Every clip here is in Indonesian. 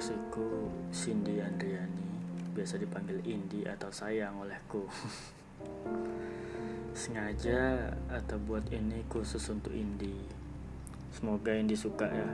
Kekasihku Cindy Andriani, biasa dipanggil Indi atau sayang olehku. Sengaja atau buat ini khusus untuk Indi. Semoga Indi suka ya.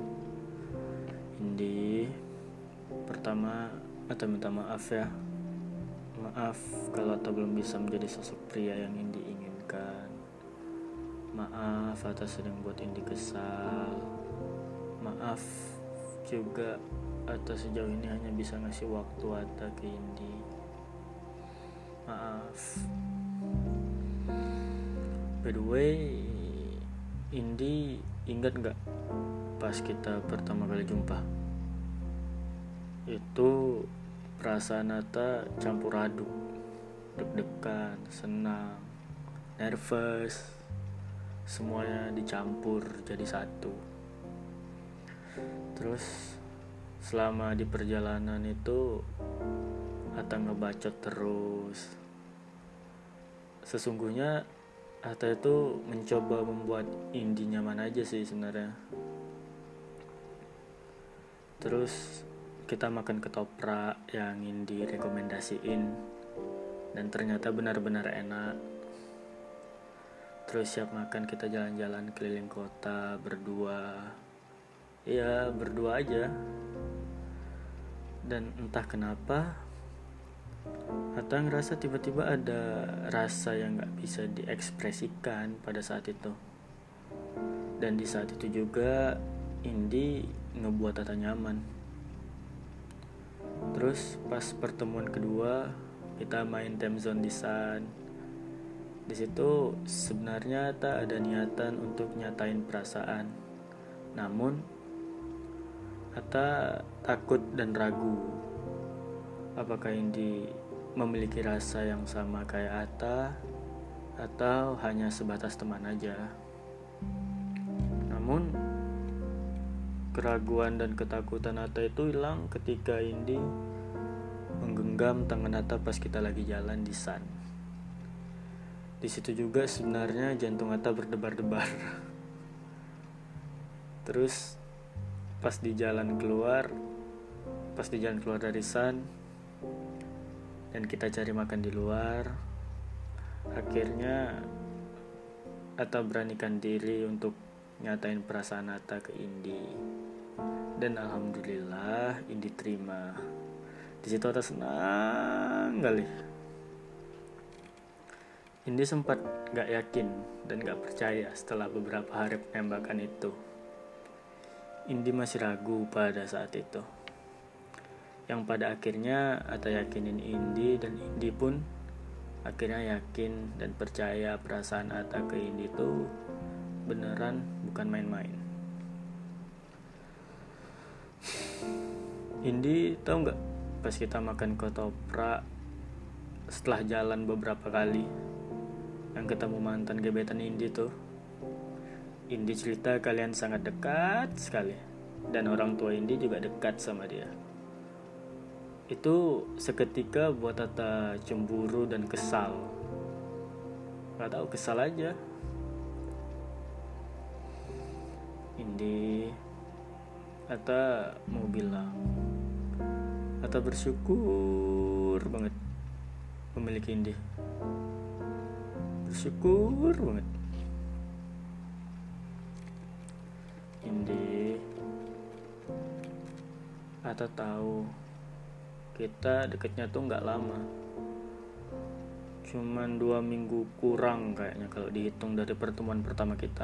Indi, pertama atau minta maaf ya. Maaf kalau atau belum bisa menjadi sosok pria yang Indi inginkan. Maaf atas sering buat Indi kesal. Maaf juga atas sejauh ini hanya bisa ngasih waktu Atta ke Indi. Maaf. By the way, Indi ingat gak pas kita pertama kali jumpa? Itu perasaan Atta campur aduk, deg-degan, senang, nervous, semuanya dicampur jadi satu. Terus selama di perjalanan itu Atta ngebacot terus. Sesungguhnya Atta itu mencoba membuat Indi nyaman aja sih sebenarnya. Terus kita makan ketoprak yang Indi rekomendasiin dan ternyata benar-benar enak. Terus siap makan kita jalan-jalan keliling kota berdua. Iya, berdua aja. Dan entah kenapa Atta ngerasa tiba-tiba ada rasa yang gak bisa diekspresikan pada saat itu. Dan di saat itu juga Indi ngebuat Atta nyaman. Terus pas pertemuan kedua kita main time zone di Sun. Di situ sebenarnya Atta ada niatan untuk nyatain perasaan. Namun Atta takut dan ragu apakah Indi memiliki rasa yang sama kayak Atta atau hanya sebatas teman aja. Namun keraguan dan ketakutan Atta itu hilang ketika Indi menggenggam tangan Atta pas kita lagi jalan di Sun. Di situ juga sebenarnya jantung Atta berdebar-debar. Terus pas di jalan keluar dari Sun dan kita cari makan di luar, akhirnya Atta beranikan diri untuk nyatain perasaan Atta ke Indi. Dan alhamdulillah Indi terima. Di situ Atta senang kali. Indi sempat gak yakin dan gak percaya setelah beberapa hari penembakan itu. Indi masih ragu pada saat itu. Yang pada akhirnya Atta yakinin Indi dan Indi pun akhirnya yakin dan percaya perasaan Atta ke Indi itu beneran bukan main-main. Indi tahu nggak pas kita makan ketoprak setelah jalan beberapa kali yang ketemu mantan gebetan Indi tuh, Indi cerita kalian sangat dekat sekali dan orang tua Indi juga dekat sama dia. Itu seketika buat Atta cemburu dan kesal. Gak tahu, kesal aja. Indi, Atta mau bilang, Atta bersyukur banget memiliki Indi. Bersyukur banget. Indi, Atta tahu kita deketnya tuh gak lama, cuman 2 minggu kurang kayaknya kalau dihitung dari pertemuan pertama kita.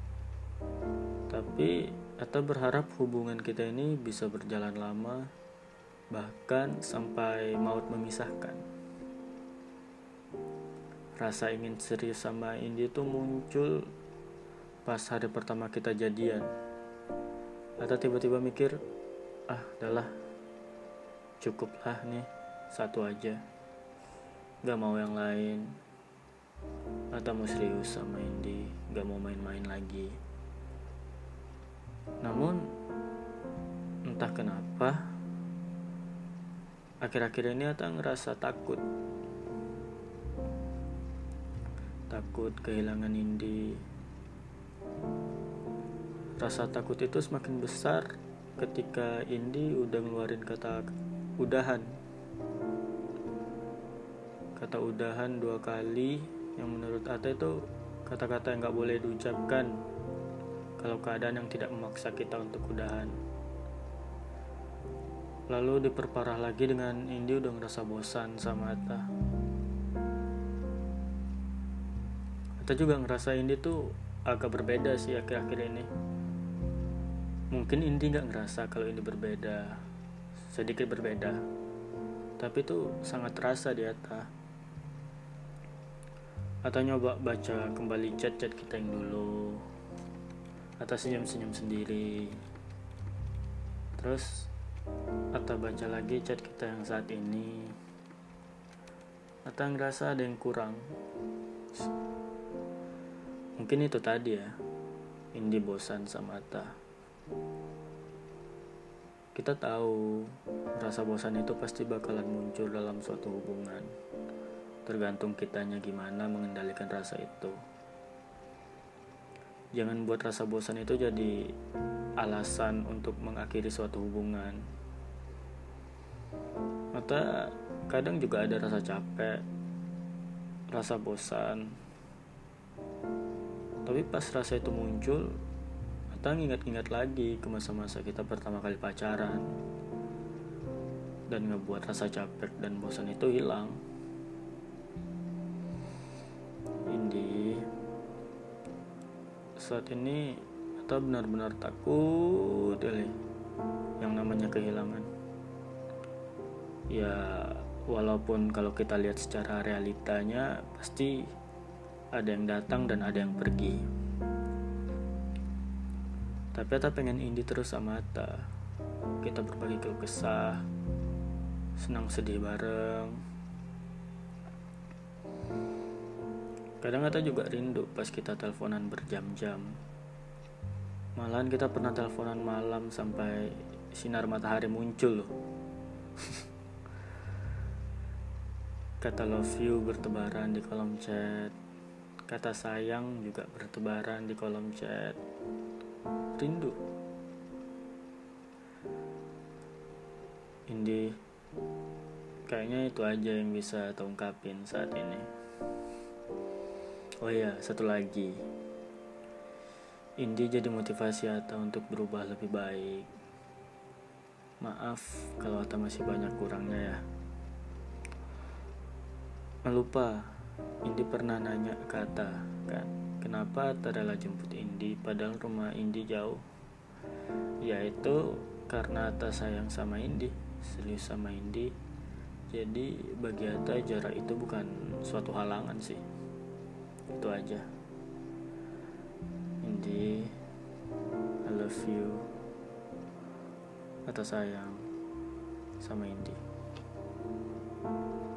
Tapi Atta berharap hubungan kita ini bisa berjalan lama, bahkan sampai maut memisahkan. Rasa ingin serius sama Indi tuh muncul pas hari pertama kita jadian. Atta tiba-tiba mikir, udahlah, cukuplah nih, satu aja, gak mau yang lain. Atta mau serius sama Indi, gak mau main-main lagi. Namun entah kenapa akhir-akhir ini Atta ngerasa takut kehilangan Indi. Rasa takut itu semakin besar ketika Indi udah ngeluarin kata udahan. Kata udahan 2 kali yang menurut Ata itu kata-kata yang gak boleh diucapkan kalau keadaan yang tidak memaksa kita untuk udahan. Lalu diperparah lagi dengan Indi udah ngerasa bosan sama Ata. Ata juga ngerasa Indi tuh agak berbeda sih akhir-akhir ini. Mungkin Indi gak ngerasa kalau ini berbeda, sedikit berbeda, tapi tuh sangat terasa di Ata. Ata nyoba baca kembali chat-chat kita yang dulu. Ata senyum-senyum sendiri. Terus Ata baca lagi chat kita yang saat ini. Ata ngerasa ada yang kurang. Mungkin itu tadi ya, Indi bosan sama Ata. Kita tahu rasa bosan itu pasti bakalan muncul dalam suatu hubungan. Tergantung kitanya gimana mengendalikan rasa itu. Jangan buat rasa bosan itu jadi alasan untuk mengakhiri suatu hubungan. Atau kadang juga ada rasa capek, rasa bosan. Tapi pas rasa itu muncul, atau ingat-ingat lagi ke masa-masa kita pertama kali pacaran, dan ngebuat rasa capek dan bosan itu hilang. Indi, saat ini Ata benar-benar takut yang namanya kehilangan. Ya, walaupun kalau kita lihat secara realitanya pasti ada yang datang dan ada yang pergi. Tapi Ata pengen Indi terus sama Ata. Kita berbagi keluh kesah, senang sedih bareng. Kadang Ata juga rindu pas kita teleponan berjam-jam. Malahan kita pernah teleponan malam sampai sinar matahari muncul loh. Kata love you bertebaran di kolom chat. Kata sayang juga bertebaran di kolom chat. Rindu. Indi, kayaknya itu aja yang bisa Ata ungkapin saat ini. Oh iya, satu lagi. Indi jadi motivasi Ata untuk berubah lebih baik. Maaf kalau Ata masih banyak kurangnya ya. Lupa, Indi pernah nanya ke Ata kan, kenapa Ata rela jemput Indi padahal rumah Indi jauh. Yaitu karena Ata sayang sama Indi, serius sama Indi. Jadi bagi Ata jarak itu bukan suatu halangan sih. Itu aja. Indi, I love you. Ata sayang sama Indi.